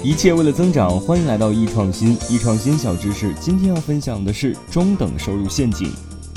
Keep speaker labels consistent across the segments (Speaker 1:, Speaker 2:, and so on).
Speaker 1: 一切为了增长，欢迎来到易创新。易创新小知识，今天要分享的是中等收入陷阱。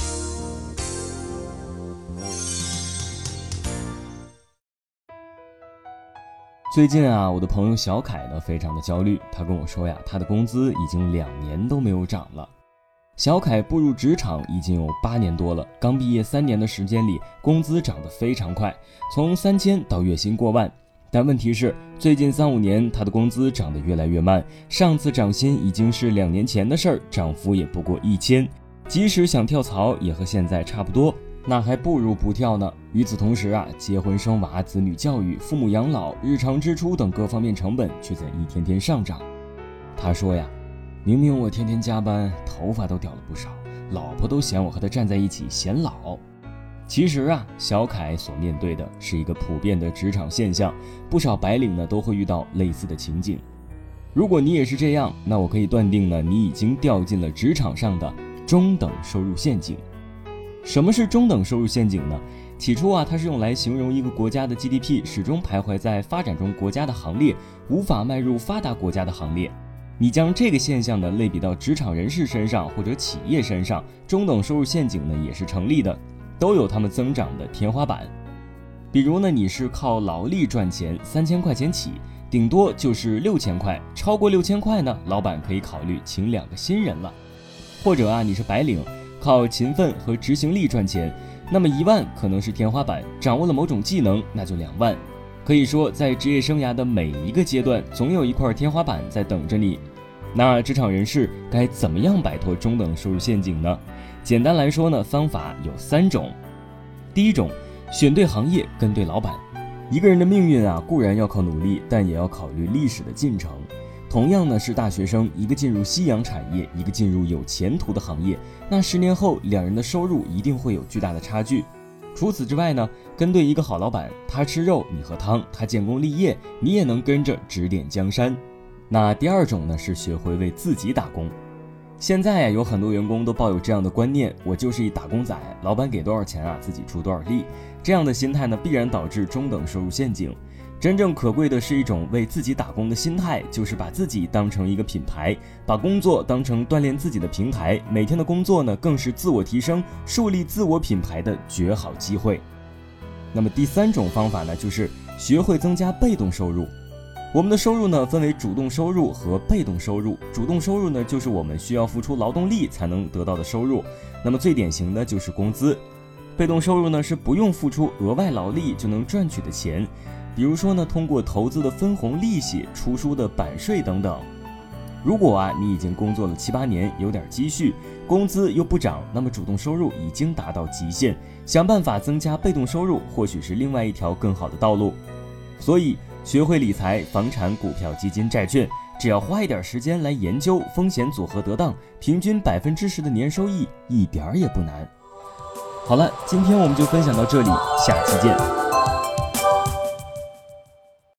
Speaker 1: 最近我的朋友小凯呢非常的焦虑，他跟我说他的工资已经2年都没有涨了。小凯步入职场已经有8年多了，刚毕业3年的时间里，工资涨得非常快，从3000到月薪过万。但问题是，最近3-5年他的工资涨得越来越慢，上次涨薪已经是2年前的事儿，涨幅也不过1000，即使想跳槽也和现在差不多，那还不如不跳呢。与此同时结婚生娃、子女教育、父母养老、日常支出等各方面成本却在一天天上涨。他说明明我天天加班，头发都掉了不少，老婆都嫌我和他站在一起显老。其实小凯所面对的是一个普遍的职场现象，不少白领呢都会遇到类似的情景。如果你也是这样，那我可以断定呢，你已经掉进了职场上的中等收入陷阱。什么是中等收入陷阱呢？起初它是用来形容一个国家的 GDP 始终徘徊在发展中国家的行列，无法迈入发达国家的行列。你将这个现象呢类比到职场人士身上或者企业身上，中等收入陷阱呢也是成立的，都有他们增长的天花板。比如呢，你是靠劳力赚钱，3000块钱起，顶多就是6000块，超过6000块呢，老板可以考虑请2个新人了。或者你是白领，靠勤奋和执行力赚钱，那么1万可能是天花板，掌握了某种技能，那就2万。可以说，在职业生涯的每一个阶段，总有一块天花板在等着你。那职场人士该怎么样摆脱中等收入陷阱呢？简单来说呢，方法有3种。第一种，选对行业，跟对老板。一个人的命运固然要靠努力，但也要考虑历史的进程。同样呢是大学生，一个进入夕阳产业，一个进入有前途的行业，那10年后2人的收入一定会有巨大的差距。除此之外呢，跟对一个好老板，他吃肉你喝汤，他建功立业，你也能跟着指点江山。那第2种呢是学会为自己打工。现在有很多员工都抱有这样的观念，我就是一打工仔，老板给多少钱自己出多少力。这样的心态呢必然导致中等收入陷阱。真正可贵的是一种为自己打工的心态，就是把自己当成一个品牌，把工作当成锻炼自己的平台，每天的工作呢更是自我提升、树立自我品牌的绝好机会。那么第3种方法呢，就是学会增加被动收入。我们的收入呢分为主动收入和被动收入。主动收入呢就是我们需要付出劳动力才能得到的收入，那么最典型的就是工资。被动收入呢是不用付出额外劳力就能赚取的钱，比如说呢通过投资的分红利息、出书的版税等等。如果你已经工作了7-8年，有点积蓄，工资又不涨，那么主动收入已经达到极限，想办法增加被动收入或许是另外一条更好的道路。所以学会理财、房产、股票、基金、债券，只要花一点时间来研究，风险组合得当，平均10%的年收益一点也不难。好了，今天我们就分享到这里，下期见。